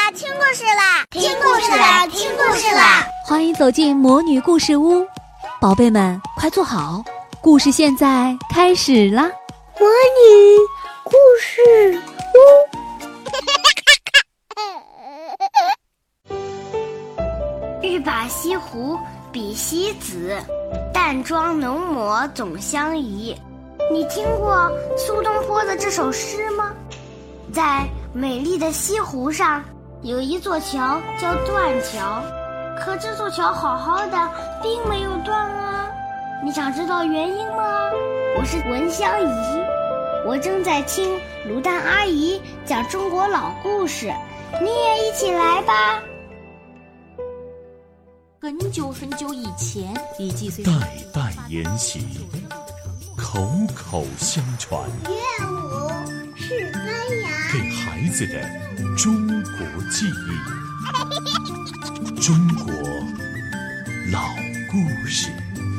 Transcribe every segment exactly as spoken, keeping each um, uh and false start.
啦，听故事啦，听故事啦，听故事啦！ 欢迎走进魔女故事屋，宝贝们快坐好，故事现在开始啦！ 魔女故事屋。欲把西湖比西子，淡妆浓抹总相宜。你听过苏东坡的这首诗吗？在美丽的西湖上有一座桥叫断桥，可这座桥好好的并没有断啊，你想知道原因吗？我是文香怡，我正在听卢丹阿姨讲中国老故事，你也一起来吧。 很久很久以前，李济虽代代沿袭，口口相传， 乐舞是发芽， 给孩子的中国记忆，中国老故事。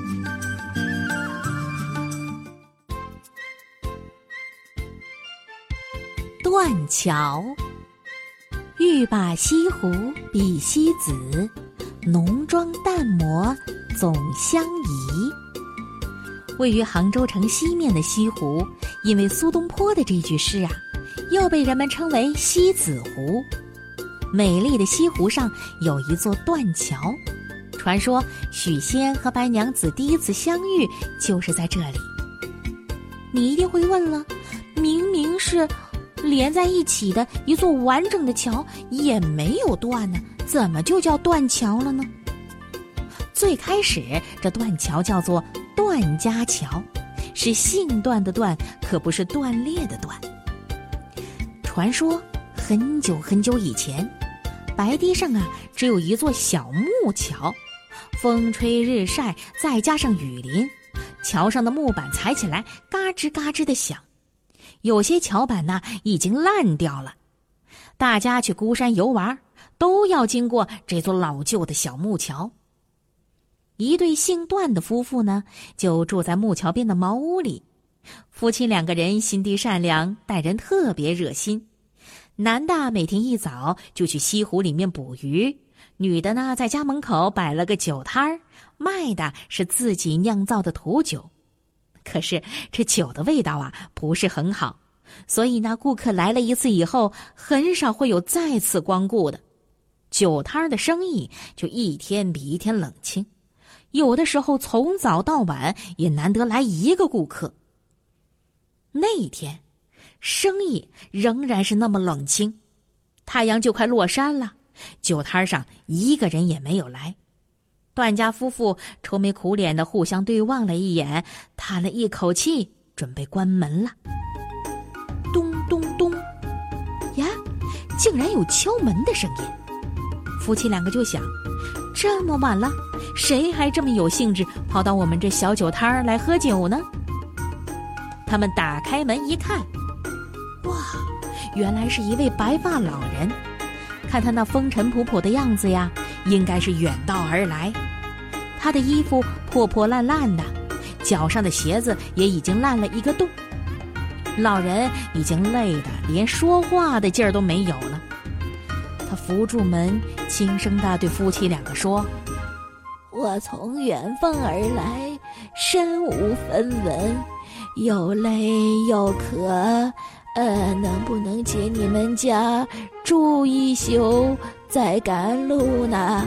断桥，欲把西湖比西子，浓妆淡抹总相宜。位于杭州城西面的西湖，因为苏东坡的这句诗啊，又被人们称为西子湖。美丽的西湖上有一座断桥，传说许仙和白娘子第一次相遇就是在这里。你一定会问了，明明是连在一起的一座完整的桥，也没有断呢，怎么就叫断桥了呢？最开始这断桥叫做段家桥，是姓段的段，可不是断裂的断。传说很久很久以前，白堤上啊只有一座小木桥，风吹日晒，再加上雨淋，桥上的木板踩起来嘎吱嘎吱的响，有些桥板呢已经烂掉了。大家去孤山游玩，都要经过这座老旧的小木桥。一对姓段的夫妇呢，就住在木桥边的茅屋里。夫妻两个人心地善良，待人特别热心。男的每天一早就去西湖里面捕鱼，女的呢在家门口摆了个酒摊儿，卖的是自己酿造的土酒。可是这酒的味道啊不是很好，所以呢顾客来了一次以后，很少会有再次光顾的。酒摊的生意就一天比一天冷清，有的时候从早到晚也难得来一个顾客。那一天生意仍然是那么冷清，太阳就快落山了，酒摊上一个人也没有来。段家夫妇愁眉苦脸的互相对望了一眼，叹了一口气，准备关门了。咚咚咚，呀，竟然有敲门的声音。夫妻两个就想，这么晚了，谁还这么有兴致跑到我们这小酒摊儿来喝酒呢？他们打开门一看，哇，原来是一位白发老人。看他那风尘仆仆的样子呀，应该是远道而来。他的衣服破破烂烂的，脚上的鞋子也已经烂了一个洞。老人已经累得连说话的劲儿都没有了。他扶住门，轻声地对夫妻两个说：我从远方而来，身无分文，又累又渴，呃，能不能借你们家住一宿，再赶路呢？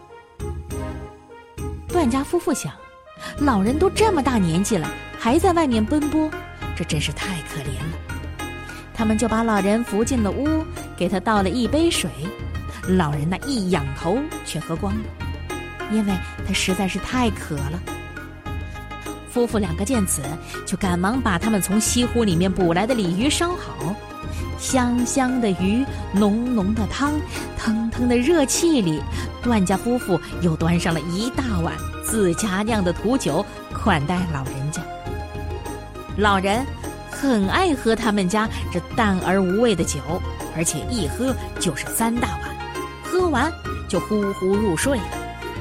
段家夫妇想，老人都这么大年纪了，还在外面奔波，这真是太可怜了。他们就把老人扶进了屋，给他倒了一杯水。老人那一仰头却喝光了，因为他实在是太渴了。夫妇两个见此，就赶忙把他们从西湖里面捕来的鲤鱼烧好，香香的鱼，浓浓的汤，腾腾的热气里，段家夫妇又端上了一大碗自家酿的土酒款待老人家。老人很爱喝他们家这淡而无味的酒，而且一喝就是三大碗，喝完就呼呼入睡了。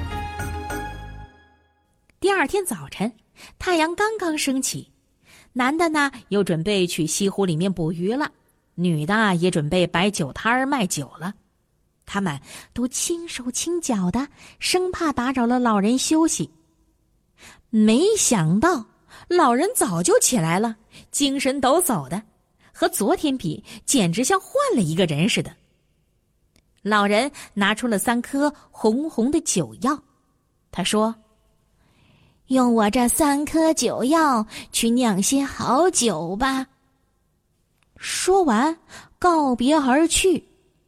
第二天早晨，太阳刚刚升起，男的呢又准备去西湖里面捕鱼了，女的也准备摆酒摊儿卖酒了。 他们都轻手轻脚的，生怕打扰了老人休息。没想到老人早就起来了，精神抖擞的，和昨天比简直像换了一个人似的。老人拿出了三颗红红的酒药，他说：用我这三颗酒药去酿些好酒吧。说完告别而去。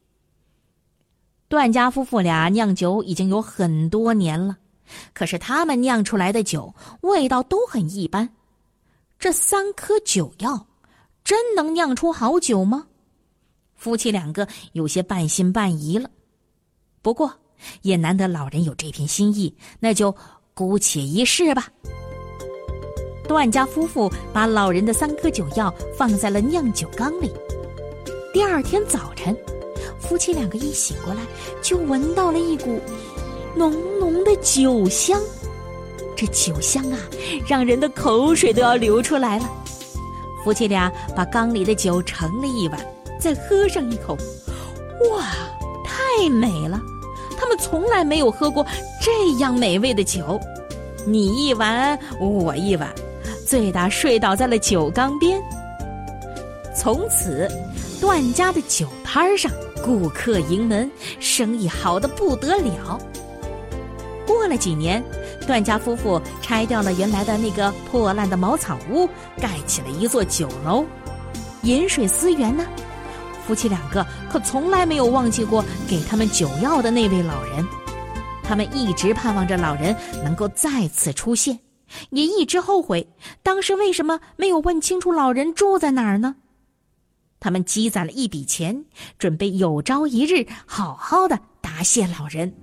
段家夫妇俩酿酒已经有很多年了，可是他们酿出来的酒味道都很一般。这三颗酒药真能酿出好酒吗？夫妻两个有些半信半疑了。不过也难得老人有这片心意，那就姑且一试吧。段家夫妇把老人的三颗酒药放在了酿酒缸里。第二天早晨，夫妻两个一醒过来，就闻到了一股浓浓的酒香。这酒香啊，让人的口水都要流出来了。夫妻俩把缸里的酒盛了一碗，再喝上一口，哇，太美了！他们从来没有喝过这样美味的酒。你一碗，我一碗，醉打睡倒在了酒缸边。从此，段家的酒摊上顾客盈门，生意好得不得了。过了几年，段家夫妇拆掉了原来的那个破烂的茅草屋，盖起了一座酒楼。饮水思源呢，夫妻两个可从来没有忘记过给他们酒药的那位老人。他们一直盼望着老人能够再次出现，也一直后悔当时为什么没有问清楚老人住在哪儿呢？他们积攒了一笔钱，准备有朝一日好好的答谢老人。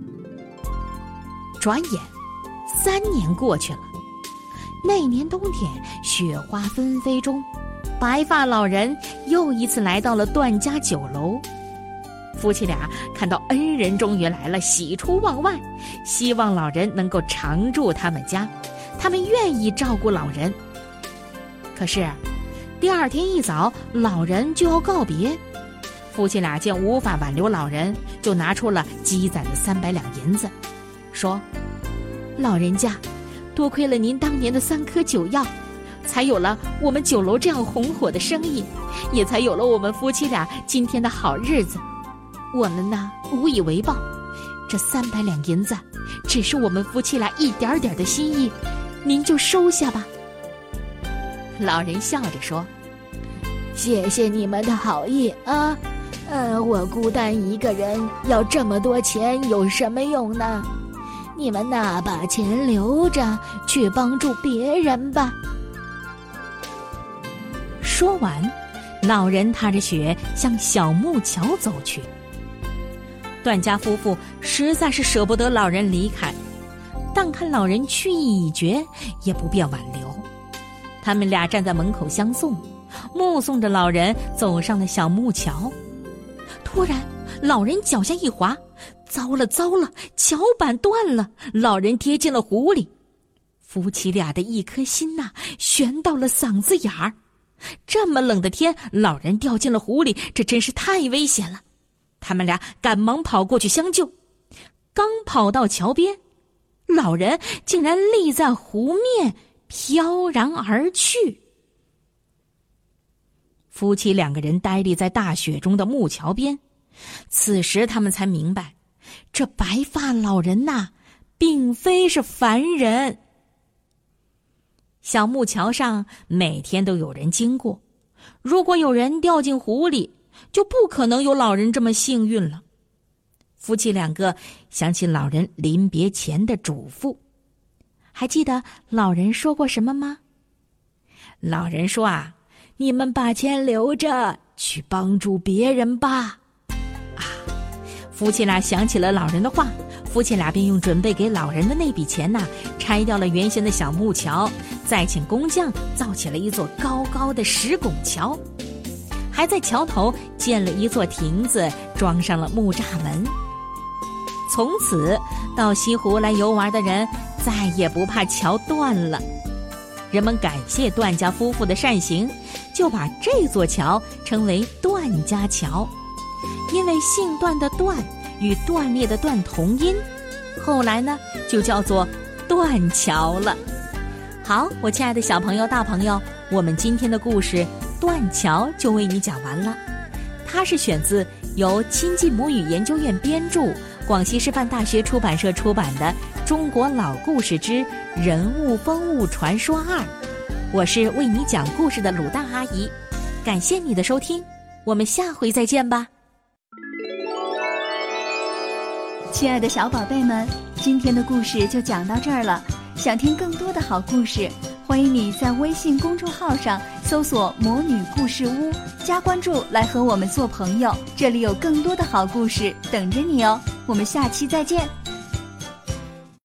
转眼三年过去了，那年冬天雪花纷飞中，白发老人又一次来到了段家酒楼。夫妻俩看到恩人终于来了，喜出望外，希望老人能够常住他们家，他们愿意照顾老人。可是第二天一早，老人就要告别。夫妻俩见无法挽留老人，就拿出了积攒的三百两银子，说：老人家，多亏了您当年的三颗酒药，才有了我们酒楼这样红火的生意，也才有了我们夫妻俩今天的好日子。我们呢，无以为报，这三百两银子只是我们夫妻俩一点点的心意，您就收下吧。老人笑着说：谢谢你们的好意啊，呃，我孤单一个人，要这么多钱有什么用呢？你们呐，把钱留着去帮助别人吧。说完，老人踏着雪向小木桥走去。段家夫妇实在是舍不得老人离开，但看老人去意已决，也不便挽留。他们俩站在门口相送，目送着老人走上了小木桥。突然，老人脚下一滑，糟了糟了，桥板断了，老人跌进了湖里。夫妻俩的一颗心呐、啊，悬到了嗓子眼儿。这么冷的天，老人掉进了湖里，这真是太危险了。他们俩赶忙跑过去相救。刚跑到桥边，老人竟然立在湖面，飘然而去。夫妻两个人呆立在大雪中的木桥边，此时他们才明白，这白发老人呐，并非是凡人。小木桥上每天都有人经过，如果有人掉进湖里，就不可能有老人这么幸运了。夫妻两个想起老人临别前的嘱咐，还记得老人说过什么吗？老人说啊，你们把钱留着去帮助别人吧。啊，夫妻俩想起了老人的话，夫妻俩便用准备给老人的那笔钱呐、啊，拆掉了原先的小木桥，再请工匠造起了一座高高的石拱桥，还在桥头建了一座亭子，装上了木栅门。从此，到西湖来游玩的人再也不怕桥断了。人们感谢段家夫妇的善行，就把这座桥称为段家桥。因为姓段的段与断裂的断同音，后来呢就叫做断桥了。好，我亲爱的小朋友大朋友，我们今天的故事断桥就为你讲完了。它是选自由亲近母语研究院编著，广西师范大学出版社出版的《中国老故事之人物风物传说二》。我是为你讲故事的鲁大阿姨，感谢你的收听，我们下回再见吧。 亲爱的小宝贝们，今天的故事就讲到这儿了。想听更多的好故事，欢迎你在微信公众号上搜索魔女故事屋，加关注来和我们做朋友，这里有更多的好故事等着你哦。我们下期再见。